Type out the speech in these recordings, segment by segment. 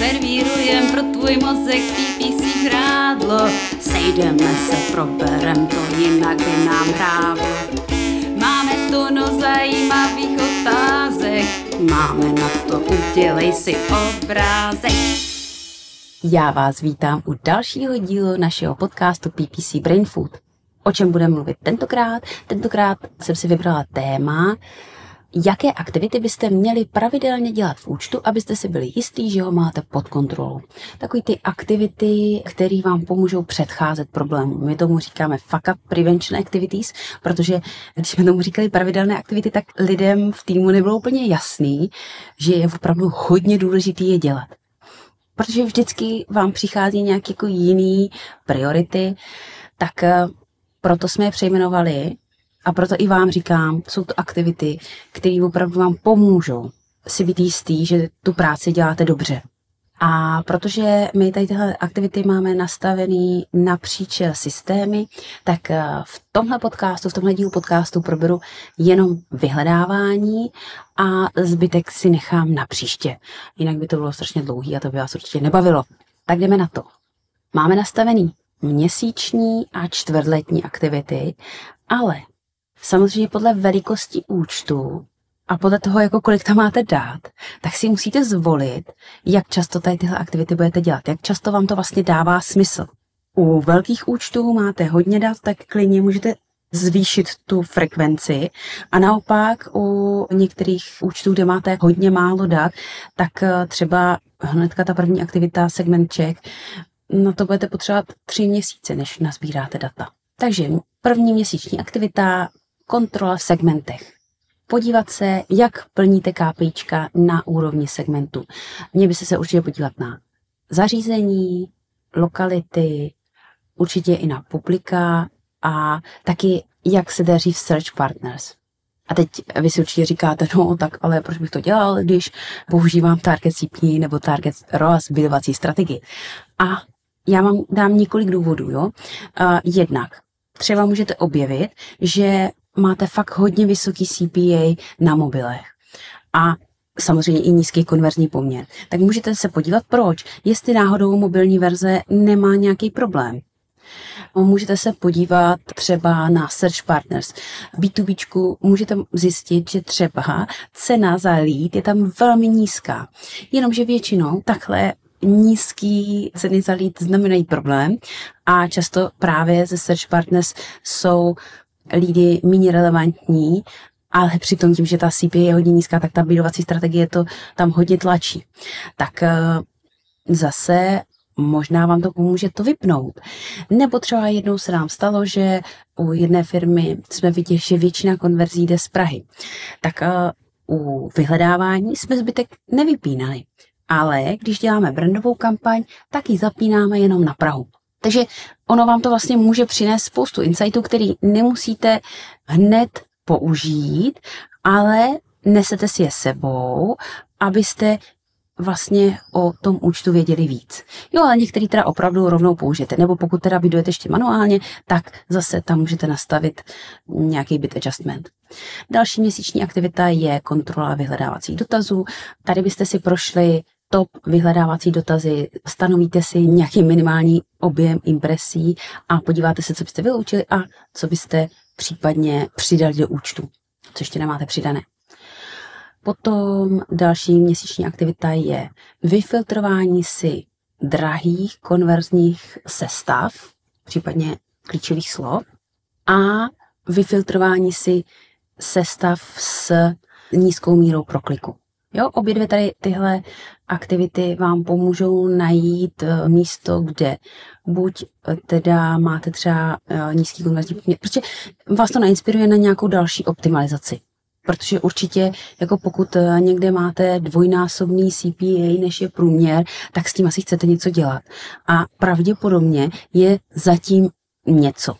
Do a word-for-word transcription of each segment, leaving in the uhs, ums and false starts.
servírujem pro tvůj mozek P P C žrádlo. Sejdeme se, proberem to, jinak by nám hrávlo. Máme tunu zajímavých otázek, máme na to, udělej si obrázek. Já vás vítám u dalšího dílu našeho podcastu P P C Brain Food. O čem budeme mluvit tentokrát? Tentokrát jsem si vybrala téma, jaké aktivity byste měli pravidelně dělat v účtu, abyste si byli jistí, že ho máte pod kontrolou. Takový ty aktivity, které vám pomůžou předcházet problémům. My tomu říkáme fuck up prevention activities, protože když jsme tomu říkali pravidelné aktivity, tak lidem v týmu nebylo úplně jasný, že je opravdu hodně důležitý je dělat. Protože vždycky vám přichází nějaké jako jiný priority, tak proto jsme je přejmenovali a proto i vám říkám, jsou to aktivity, které opravdu vám pomůžou si být jistý, že tu práci děláte dobře. A protože my tady tyhle aktivity máme nastavený napříč systémy, tak v tomhle podcastu, v tomhle dílu podcastu proberu jenom vyhledávání a zbytek si nechám na příště. Jinak by to bylo strašně dlouhý a to by vás určitě nebavilo. Tak jdeme na to. Máme nastavený měsíční a čtvrtletní aktivity, ale samozřejmě podle velikosti účtu a podle toho, jako kolik tam máte dát, tak si musíte zvolit, jak často tady tyhle aktivity budete dělat, jak často vám to vlastně dává smysl. U velkých účtů máte hodně dat, tak klidně můžete zvýšit tu frekvenci a naopak u některých účtů, kde máte hodně málo dat, tak třeba hnedka ta první aktivita, segment check, na to budete potřebovat tři měsíce, než nazbíráte data. Takže první měsíční aktivita, kontrola v segmentech. Podívat se, jak plníte KPIčka na úrovni segmentu. Měli byste se určitě podívat na zařízení, lokality, určitě i na publika a taky, jak se daří v Search Partners. A teď vy si určitě říkáte, no tak ale proč bych to dělal, když používám Target C P A nebo Target R O A S buildovací strategii. A já vám dám několik důvodů. Jo? Uh, jednak třeba můžete objevit, že máte fakt hodně vysoký C P A na mobilech a samozřejmě i nízký konverzní poměr. Tak můžete se podívat, proč, jestli náhodou mobilní verze nemá nějaký problém. Můžete se podívat třeba na Search Partners. B dva B můžete zjistit, že třeba cena za lead je tam velmi nízká. Jenomže většinou takhle nízký ceny za lead znamenají problém a často právě ze Search Partners jsou lídy méně relevantní, ale přitom tím, že ta C P A je hodně nízká, tak ta buildovací strategie to tam hodně tlačí. Tak zase možná vám to pomůže to vypnout. Nebo třeba jednou se nám stalo, že u jedné firmy jsme viděli, že většina konverzí jde z Prahy. Tak u vyhledávání jsme zbytek nevypínali. Ale když děláme brandovou kampaň, tak ji zapínáme jenom na Prahu. Takže ono vám to vlastně může přinést spoustu insightů, který nemusíte hned použít, ale nesete si je sebou, abyste vlastně o tom účtu věděli víc. Jo, ale některý teda opravdu rovnou použijete, nebo pokud teda bidujete ještě manuálně, tak zase tam můžete nastavit nějaký bit adjustment. Další měsíční aktivita je kontrola vyhledávacích dotazů. Tady byste si prošli top vyhledávací dotazy, stanovíte si nějaký minimální objem impresí a podíváte se, co byste vyloučili a co byste případně přidali do účtu, co ještě nemáte přidané. Potom další měsíční aktivita je vyfiltrování si drahých konverzních sestav, případně klíčových slov a vyfiltrování si sestav s nízkou mírou prokliku. Jo, obě dvě tady tyhle aktivity vám pomůžou najít místo, kde buď teda máte třeba nízký konverzní poměr, protože vás to nainspiruje na nějakou další optimalizaci. Protože určitě, jako pokud někde máte dvojnásobný C P A, než je průměr, tak s tím asi chcete něco dělat. A pravděpodobně je zatím něco.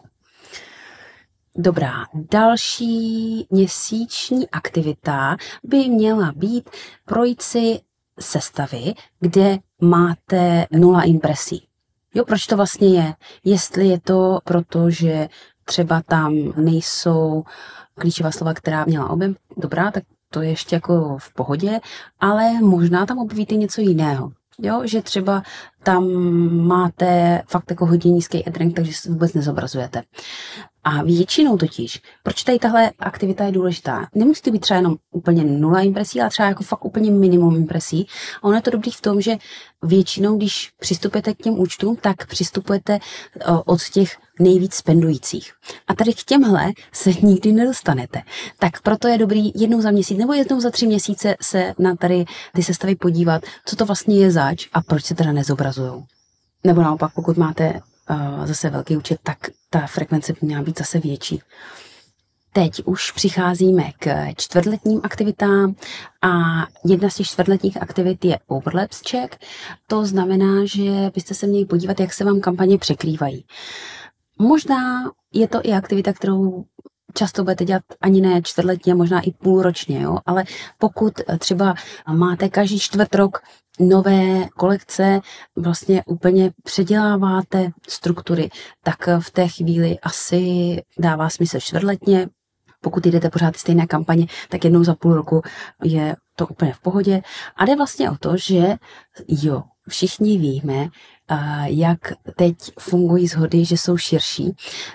Dobrá, další měsíční aktivita by měla být projít si sestavy, kde máte nula impresí. Jo, proč to vlastně je? Jestli je to proto, že třeba tam nejsou klíčová slova, která měla objem, dobrá, tak to je ještě jako v pohodě, ale možná tam objevíte něco jiného. Jo, že třeba tam máte fakt jako hodně nízký adrank, takže se vůbec nezobrazujete. A většinou totiž, proč tady tahle aktivita je důležitá? Nemusí to být třeba jenom úplně nula impresí, ale třeba jako fakt úplně minimum impresí. A ono je to dobrý v tom, že většinou, když přistupujete k těm účtům, tak přistupujete od těch nejvíc spendujících. A tady k těmhle se nikdy nedostanete. Tak proto je dobrý jednou za měsíc nebo jednou za tři měsíce se na tady ty sestavy podívat, co to vlastně je zač a proč se teda nezobrazujou. Nebo naopak, pokud máte uh, zase velký účet, tak ta frekvence by měla být zase větší. Teď už přicházíme k čtvrtletním aktivitám a jedna z těch čtvrtletních aktivit je overlaps check. To znamená, že byste se měli podívat, jak se vám kampaně překrývají. Možná je to i aktivita, kterou často budete dělat ani ne čtvrtletně, možná i půlročně, jo? Ale pokud třeba máte každý čtvrt rok nové kolekce, vlastně úplně předěláváte struktury, tak v té chvíli asi dává smysl čtvrtletně. Pokud jdete pořád ty stejné kampaně, tak jednou za půl roku je to úplně v pohodě. A jde vlastně o to, že jo, všichni víme, jak teď fungují shody, že jsou širší,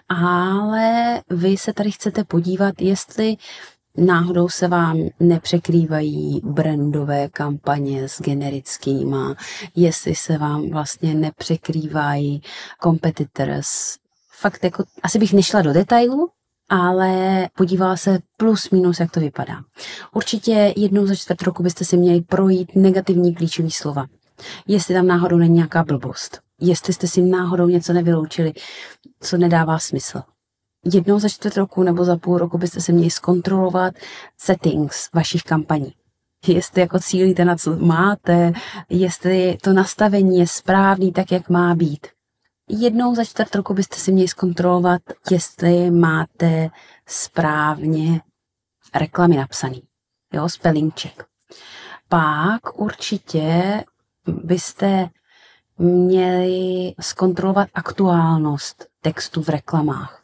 ale vy se tady chcete podívat, jestli náhodou se vám nepřekrývají brandové kampaně s generickýma, jestli se vám vlastně nepřekrývají competitors. Fakt jako, asi bych nešla do detailu, ale podívala se plus minus, jak to vypadá. Určitě jednou za čtvrt roku byste si měli projít negativní klíčové slova. Jestli tam náhodou není nějaká blbost. Jestli jste si náhodou něco nevyloučili, co nedává smysl. Jednou za čtvrt roku nebo za půl roku byste se měli zkontrolovat settings vašich kampaní. Jestli jako cílíte na co máte, jestli to nastavení je správný tak, jak má být. Jednou za čtvrt roku byste si měli zkontrolovat, jestli máte správně reklamy napsaný. Jo, spelling check. Pak určitě byste měli zkontrolovat aktuálnost textu v reklamách.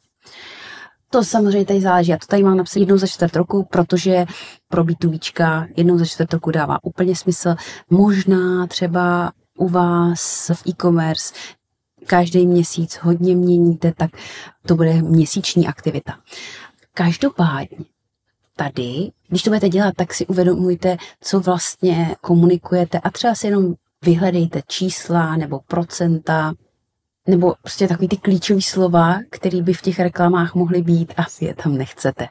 To samozřejmě tady záleží. Já to tady mám napsat jednou za čtvrt roku, protože pro BtoBčka jednou za čtvrt roku dává úplně smysl. Možná třeba u vás v e-commerce každý měsíc hodně měníte, tak to bude měsíční aktivita. Každopádně tady, když to budete dělat, tak si uvědomujte, co vlastně komunikujete a třeba si jenom vyhledejte čísla nebo procenta, nebo prostě takový ty klíčové slova, které by v těch reklamách mohly být, asi je tam nechcete.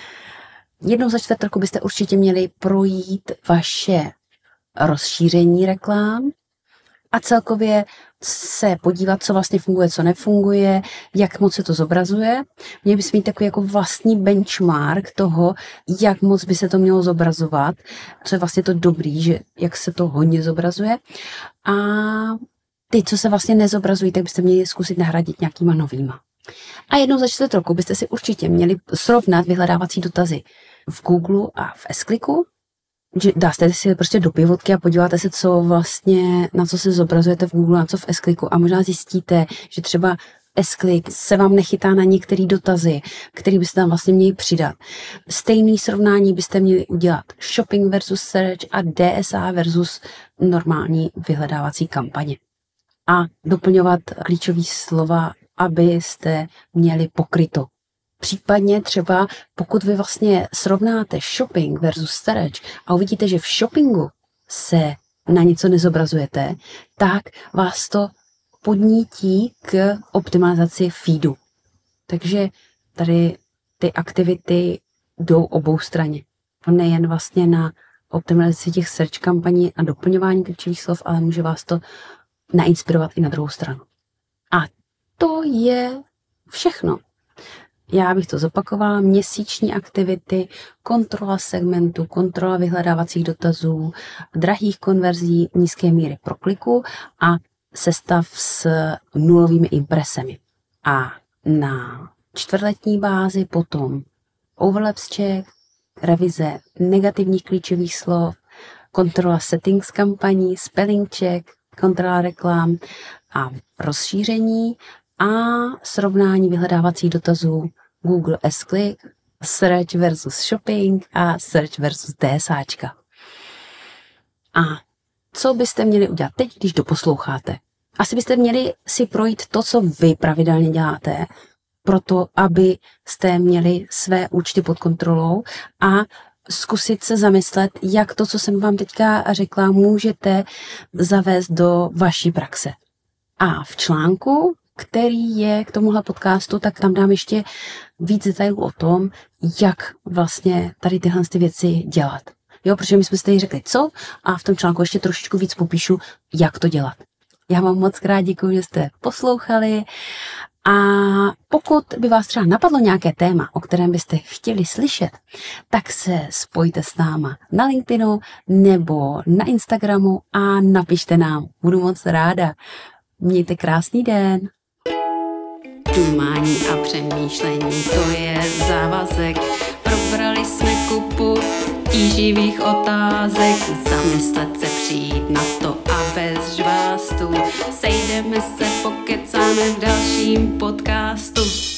Jednou za čtvrt roku byste určitě měli projít vaše rozšíření reklam a celkově se podívat, co vlastně funguje, co nefunguje, jak moc se to zobrazuje. Měli byste mít takový jako vlastní benchmark toho, jak moc by se to mělo zobrazovat, co je vlastně to dobrý, že jak se to hodně zobrazuje. A ty, co se vlastně nezobrazují, tak byste měli zkusit nahradit nějakýma novýma. A jednou za čtvrt roku byste si určitě měli srovnat vyhledávací dotazy v Google a v S-Clicku. Dáte si prostě do pivotky a podíváte se, co vlastně, na co se zobrazujete v Google, na co v S-Clicku a možná zjistíte, že třeba S-Click se vám nechytá na některé dotazy, které byste tam vlastně měli přidat. Stejné srovnání byste měli udělat shopping versus search a D S A versus normální vyhledávací kampaně. A doplňovat klíčové slova, abyste měli pokryto. Případně třeba, pokud vy vlastně srovnáte shopping versus search a uvidíte, že v shoppingu se na něco nezobrazujete, tak vás to podnítí k optimalizaci feedu. Takže tady ty aktivity jdou obou straně. Nejen vlastně na optimalizaci těch search kampaní a doplňování klíčových slov, ale může vás to nainspirovat i na druhou stranu. A to je všechno. Já bych to zopakovala, měsíční aktivity, kontrola segmentu, kontrola vyhledávacích dotazů, drahých konverzí, nízké míry prokliku a sestav s nulovými impresemi. A na čtvrtletní bázi potom overlaps check, revize negativních klíčových slov, kontrola settings kampaní, spelling check, kontrola reklam a rozšíření a srovnání vyhledávacích dotazů Google S-Click, search versus shopping a search versus DSAčka. A co byste měli udělat teď, když doposloucháte? Asi byste měli si projít to, co vy pravidelně děláte, proto aby jste měli své účty pod kontrolou a zkusit se zamyslet, jak to, co jsem vám teďka řekla, můžete zavést do vaší praxe. A v článku, který je k tomuhle podcastu, tak tam dám ještě víc detailů o tom, jak vlastně tady tyhle ty věci dělat. Jo, protože my jsme si tady řekli co a v tom článku ještě trošičku víc popíšu, jak to dělat. Já vám moc krát děkuji, že jste poslouchali a pokud by vás třeba napadlo nějaké téma, o kterém byste chtěli slyšet, tak se spojte s náma na LinkedInu nebo na Instagramu a napište nám. Budu moc ráda. Mějte krásný den. Dumání a přemýšlení, to je závazek. Probrali jsme kupu tíživých otázek. Zamyslet se, přijít na to a bez žvástu. Sejdeme se, pokecáme v dalším podcastu.